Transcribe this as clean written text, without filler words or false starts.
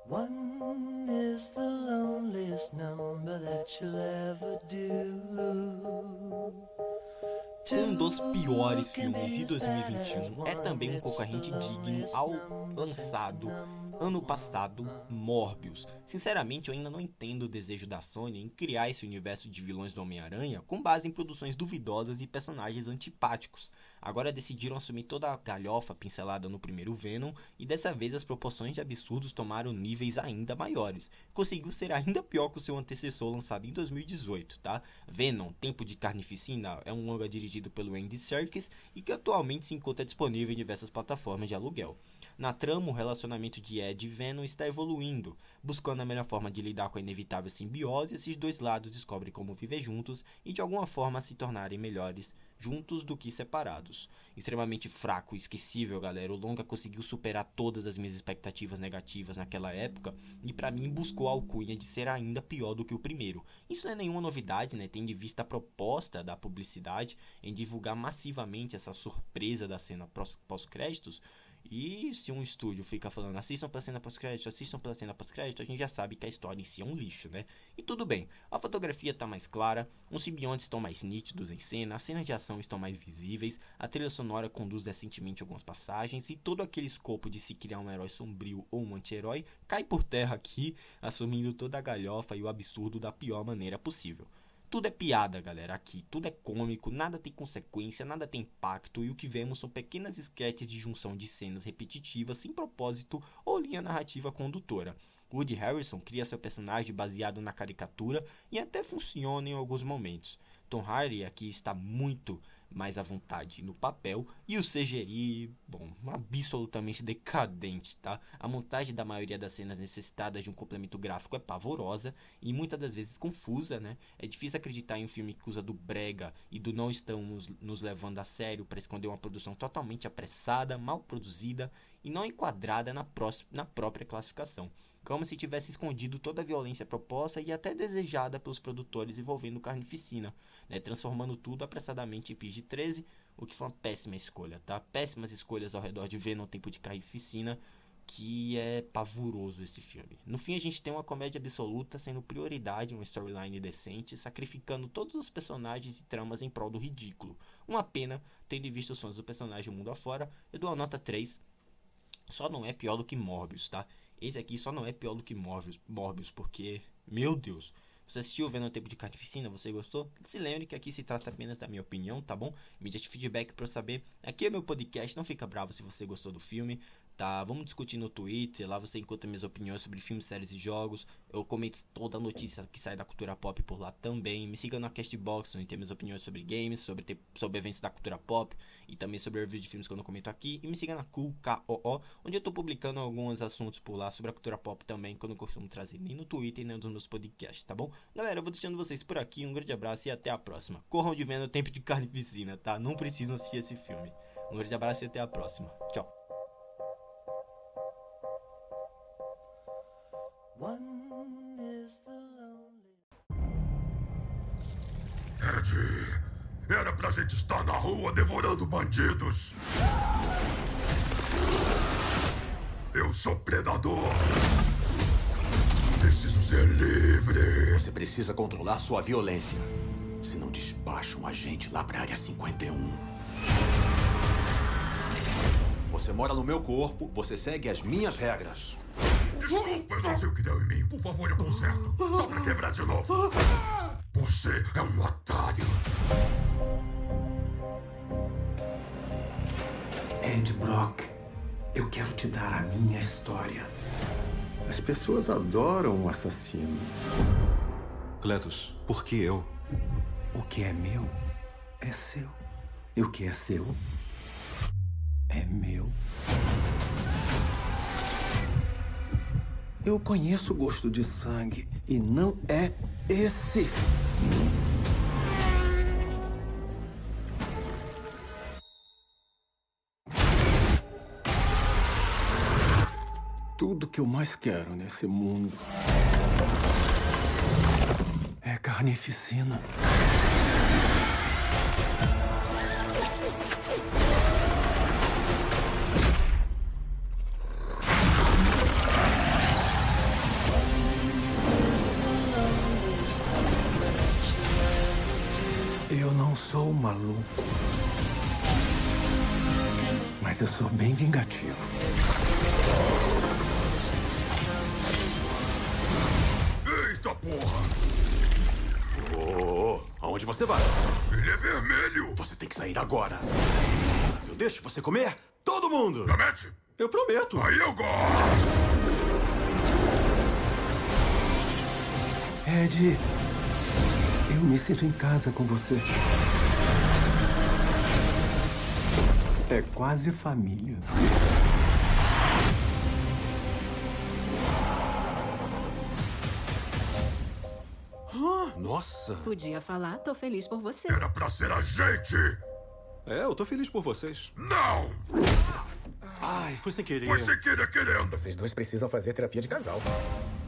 One is the loneliest number that you'll ever do. Um dos piores filmes de 2021 é também um concorrente digno ao lançado ano passado, Morbius. Sinceramente, eu ainda não entendo o desejo da Sony em criar esse universo de vilões do Homem-Aranha com base em produções duvidosas e personagens antipáticos. Agora decidiram assumir toda a galhofa pincelada no primeiro Venom e dessa vez as proporções de absurdos tomaram níveis ainda maiores. Conseguiu ser ainda pior que o seu antecessor lançado em 2018, tá? Venom, Tempo de Carnificina é um longa dirigido pelo Andy Serkis e que atualmente se encontra disponível em diversas plataformas de aluguel. Na trama, o relacionamento de Ed e Venom está evoluindo, buscando a melhor forma de lidar com a inevitável simbiose. Esses dois lados descobrem como viver juntos e de alguma forma se tornarem melhores juntos do que separados. Extremamente fraco e esquecível, galera. O longa conseguiu superar todas as minhas expectativas negativas naquela época e pra mim buscou a alcunha de ser ainda pior do que o primeiro. Isso não é nenhuma novidade, né? Tendo em vista a proposta da publicidade em divulgar massivamente essa surpresa da cena pós-créditos. E se um estúdio fica falando assistam pela cena pós-crédito, a gente já sabe que a história em si é um lixo, né? E tudo bem, a fotografia tá mais clara, os simbiontes estão mais nítidos em cena, as cenas de ação estão mais visíveis, a trilha sonora conduz decentemente algumas passagens e todo aquele escopo de se criar um herói sombrio ou um anti-herói cai por terra aqui, assumindo toda a galhofa e o absurdo da pior maneira possível. Tudo é piada, galera, aqui. Tudo é cômico, nada tem consequência, nada tem impacto e o que vemos são pequenas esquetes de junção de cenas repetitivas sem propósito ou linha narrativa condutora. Woody Harrelson cria seu personagem baseado na caricatura e até funciona em alguns momentos. Tom Hardy aqui está muito mais à vontade no papel e o CGI, bom, absolutamente decadente, tá? A montagem da maioria das cenas necessitadas de um complemento gráfico é pavorosa e muitas das vezes confusa, né? É difícil acreditar em um filme que usa do brega e do não estamos nos levando a sério para esconder uma produção totalmente apressada, mal produzida e não enquadrada na própria classificação, como se tivesse escondido toda a violência proposta e até desejada pelos produtores envolvendo Carnificina, né, transformando tudo apressadamente em PG-13, o que foi uma péssima escolha, tá? Péssimas escolhas ao redor de Venom, Tempo de Carnificina, que é pavoroso esse filme. No fim a gente tem uma comédia absoluta, sendo prioridade uma storyline decente, sacrificando todos os personagens e tramas em prol do ridículo. Uma pena, tendo em vista os fãs do personagem mundo afora. Eu dou a nota 3. Só não é pior do que Morbius, tá? Esse aqui só não é pior do que Morbius, porque, meu Deus, você assistiu Venom Tempo de Carnificina, você gostou? Se lembre que aqui se trata apenas da minha opinião, tá bom? Me deixe feedback pra eu saber. Aqui é meu podcast, não fica bravo se você gostou do filme, tá? Vamos discutir no Twitter, lá você encontra minhas opiniões sobre filmes, séries e jogos. Eu comento toda a notícia que sai da cultura pop por lá também. Me siga na Castbox, onde tem minhas opiniões sobre games, sobre eventos da cultura pop e também sobre reviews de filmes que eu não comento aqui. E me siga na KOO, onde eu tô publicando alguns assuntos por lá sobre a cultura pop também, que eu não costumo trazer nem no Twitter nem nos meus podcasts, tá bom? Galera, eu vou deixando vocês por aqui, um grande abraço e até a próxima. Corram de Venom Tempo de Carnificina, tá? Não precisam assistir esse filme. Um grande abraço e até a próxima. Tchau. Ed, era pra gente estar na rua devorando bandidos. Eu sou predador. Preciso ser livre. Você precisa controlar sua violência. Senão despacham a gente lá pra área 51. Você mora no meu corpo, você segue as minhas regras. Desculpa, eu não sei o que deu em mim. Por favor, eu conserto. Só pra quebrar de novo. Você é um otário. Ed Brock, eu quero te dar a minha história. As pessoas adoram um assassino. Cletus, por que eu? O que é meu é seu. E o que é seu é meu. Eu conheço o gosto de sangue e não é esse. Tudo que eu mais quero nesse mundo é carnificina. Eu não sou maluco. Mas eu sou bem vingativo. Eita porra! Aonde você vai? Ele é vermelho! Você tem que sair agora. Eu deixo você comer? Todo mundo! Promete? Eu prometo. Aí eu gosto! Ed, eu me sinto em casa com você. É quase família. Nossa. Podia falar, tô feliz por você. Era pra ser a gente! Eu tô feliz por vocês. Não! Ai, foi sem querer. Foi sem querer querendo! Vocês dois precisam fazer terapia de casal.